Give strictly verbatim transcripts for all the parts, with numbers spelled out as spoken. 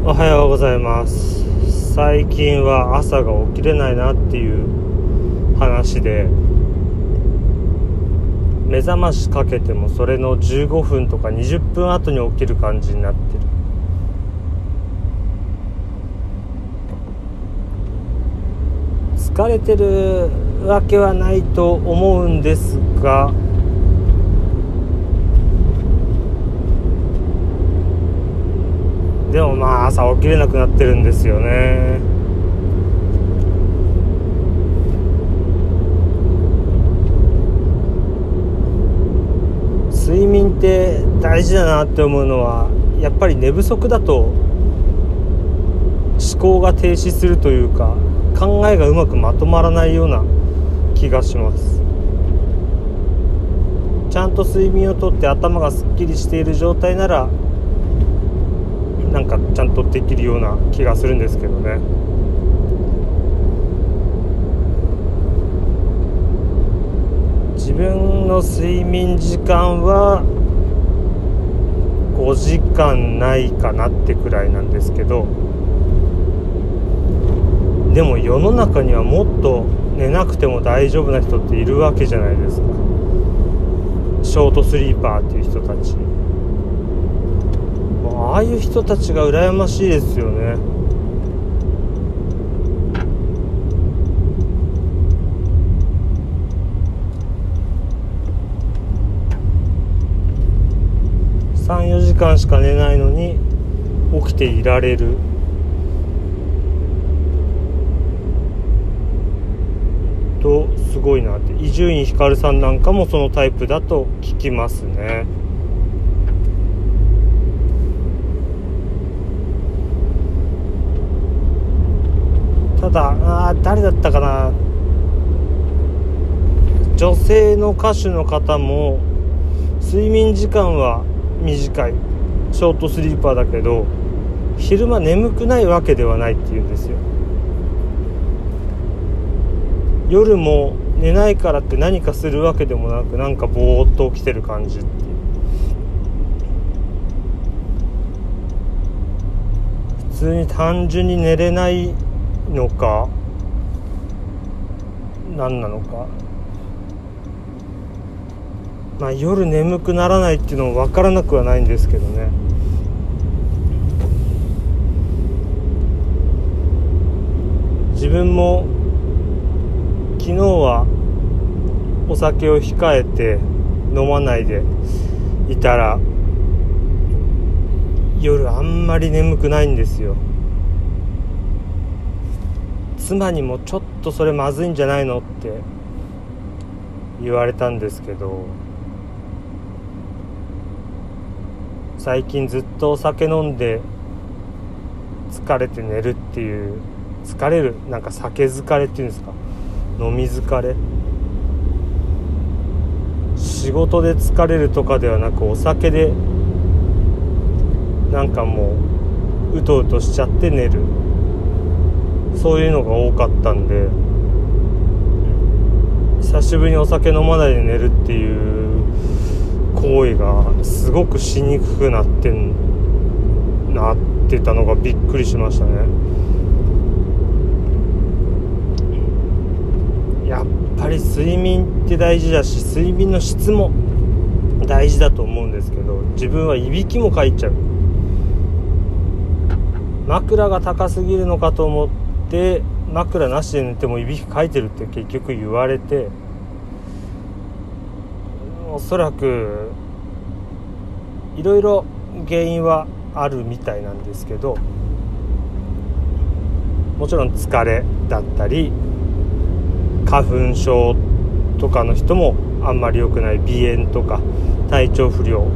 おはようございます。最近は朝が起きれないなっていう話で、目覚ましかけてもそれのじゅうごふんとかにじゅっぷん後に起きる感じになってる。疲れてるわけはないと思うんですが、でもまあ朝起きれなくなってるんですよね。睡眠って大事だなって思うのは、やっぱり寝不足だと思考が停止するというか、考えがうまくまとまらないような気がします。ちゃんと睡眠をとって頭がすっきりしている状態なら、なんかちゃんとできるような気がするんですけどね。自分の睡眠時間はごじかんないかなってくらいなんですけど、でも世の中にはもっと寝なくても大丈夫な人っているわけじゃないですか。ショートスリーパーっていう人たち、ああいう人たちが羨ましいですよね。さん、よじかんしか寝ないのに起きていられるとすごいなって。伊集院光さんなんかもそのタイプだと聞きますね。ただあ誰だったかな、女性の歌手の方も睡眠時間は短いショートスリーパーだけど昼間眠くないわけではないっていうんですよ。夜も寝ないからって何かするわけでもなく、なんかぼーっと起きてる感じっていう。普通に単純に寝れないのか何なのか、まあ夜眠くならないっていうのも分からなくはないんですけどね。自分も昨日はお酒を控えて飲まないでいたら夜あんまり眠くないんですよ。妻にもちょっとそれまずいんじゃないのって言われたんですけど、最近ずっとお酒飲んで疲れて寝るっていう、疲れるなんか酒疲れっていうんですか、飲み疲れ、仕事で疲れるとかではなくお酒でなんかもううとうとしちゃって寝る、そういうのが多かったんで、久しぶりにお酒飲まないで寝るっていう行為がすごくしにくくなってんなってたのがびっくりしましたね。やっぱり睡眠って大事だし、睡眠の質も大事だと思うんですけど、自分はいびきもかいちゃう。枕が高すぎるのかと思って枕なしで寝てもいびきかいてるって結局言われて、おそらくいろいろ原因はあるみたいなんですけど、もちろん疲れだったり花粉症とかの人もあんまり良くない鼻炎とか体調不良、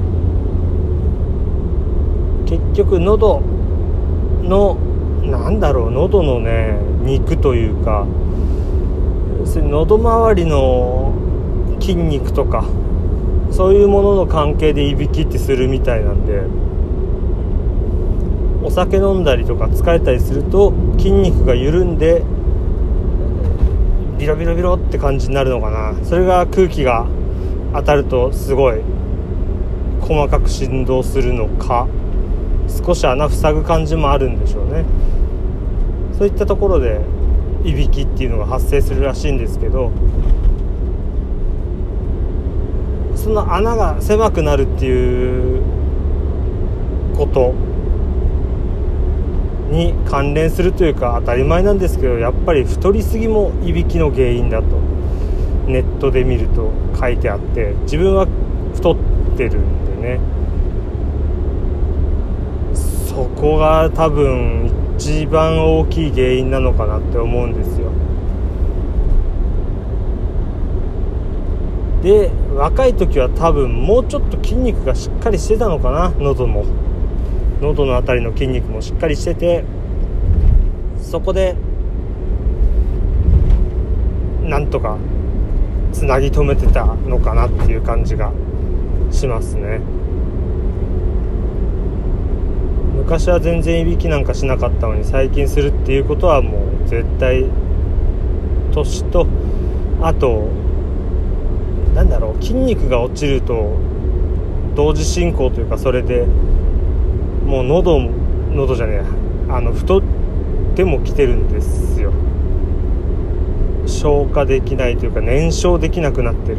結局喉のなんだろう喉のね肉というか、喉周りの筋肉とかそういうものの関係でいびきってするみたいなんで、お酒飲んだりとか疲れたりすると筋肉が緩んでビロビロビロって感じになるのかな。それが空気が当たるとすごい細かく振動するのか少し穴塞ぐ感じもあるんでしょうね。そういったところでいびきっていうのが発生するらしいんですけど、その穴が狭くなるっていうことに関連するというか当たり前なんですけど、やっぱり太りすぎもいびきの原因だとネットで見ると書いてあって、自分は太ってるんでね、そこが多分一番大きい原因なのかなって思うんですよ。で、若い時は多分もうちょっと筋肉がしっかりしてたのかな。喉も喉のあたりの筋肉もしっかりしてて、そこでなんとかつなぎ止めてたのかなっていう感じがしますね。昔は全然いびきなんかしなかったのに、最近するっていうことはもう絶対年と、あとなんだろう、筋肉が落ちると同時進行というか、それでもう喉喉じゃねえあの太ってもきてるんですよ。消化できないというか燃焼できなくなってる。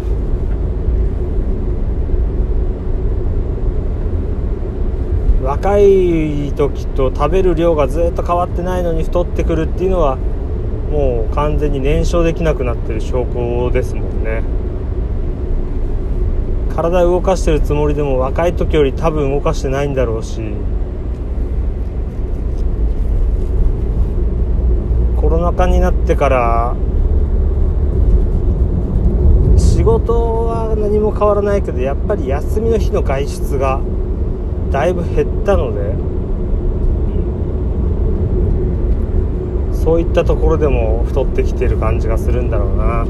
若い時と食べる量がずっと変わってないのに太ってくるっていうのは、もう完全に燃焼できなくなってる証拠ですもんね。体を動かしてるつもりでも若い時より多分動かしてないんだろうし、コロナ禍になってから仕事は何も変わらないけど、やっぱり休みの日の外出がだいぶ減ったので、そういったところでも太ってきてる感じがするんだろうな。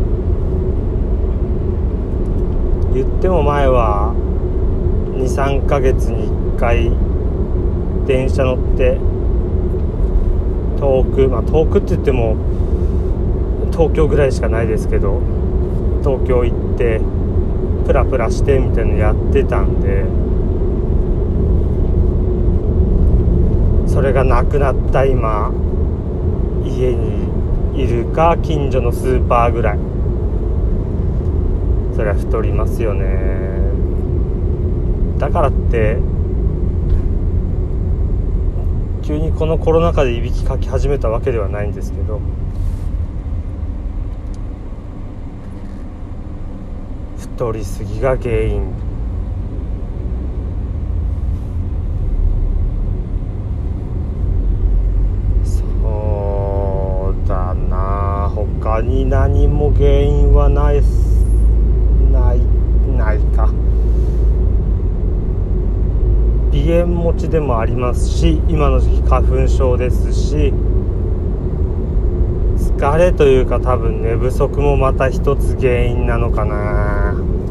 言っても前は にさんかげつにいっかい電車乗って遠く、まあ遠くって言っても東京ぐらいしかないですけど、東京行ってプラプラしてみたいなのやってたんで、それがなくなった今、家にいるか近所のスーパーぐらい、それは太りますよね。だからって急にこのコロナ禍でいびきかき始めたわけではないんですけど、太りすぎが原因。そうだな、他に何も原因はないないないか。鼻炎持ちでもありますし、今の時期花粉症ですし、疲れというか多分寝不足もまた一つ原因なのかな。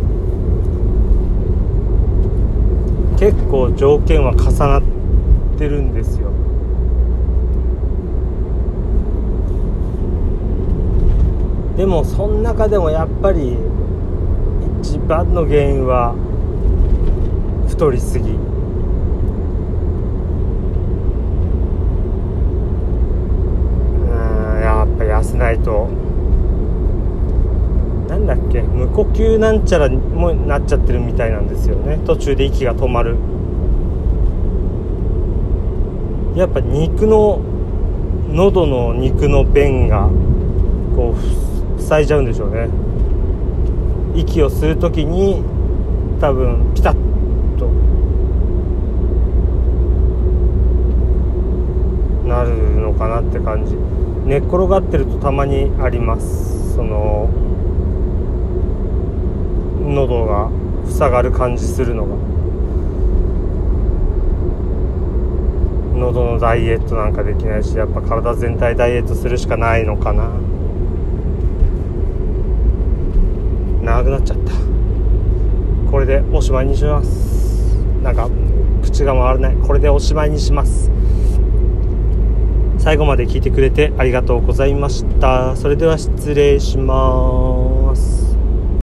結構条件は重なってるんですよ。でもその中でもやっぱり一番の原因は太りすぎ。うん、やっぱ痩せないと。なんだっけ、無呼吸なんちゃらもなっちゃってるみたいなんですよね。途中で息が止まる。やっぱ肉の喉の肉の弁がこう塞いじゃうんでしょうね。息を吸うときに多分ピタッとなるのかなって感じ。寝っ転がってるとたまにあります。その喉が塞がる感じするのが。喉のダイエットなんかできないし、やっぱ体全体ダイエットするしかないのかな。長くなっちゃった。これでおしまいにします。なんか口が回らない。これでおしまいにします。最後まで聞いてくれてありがとうございました。それでは失礼します。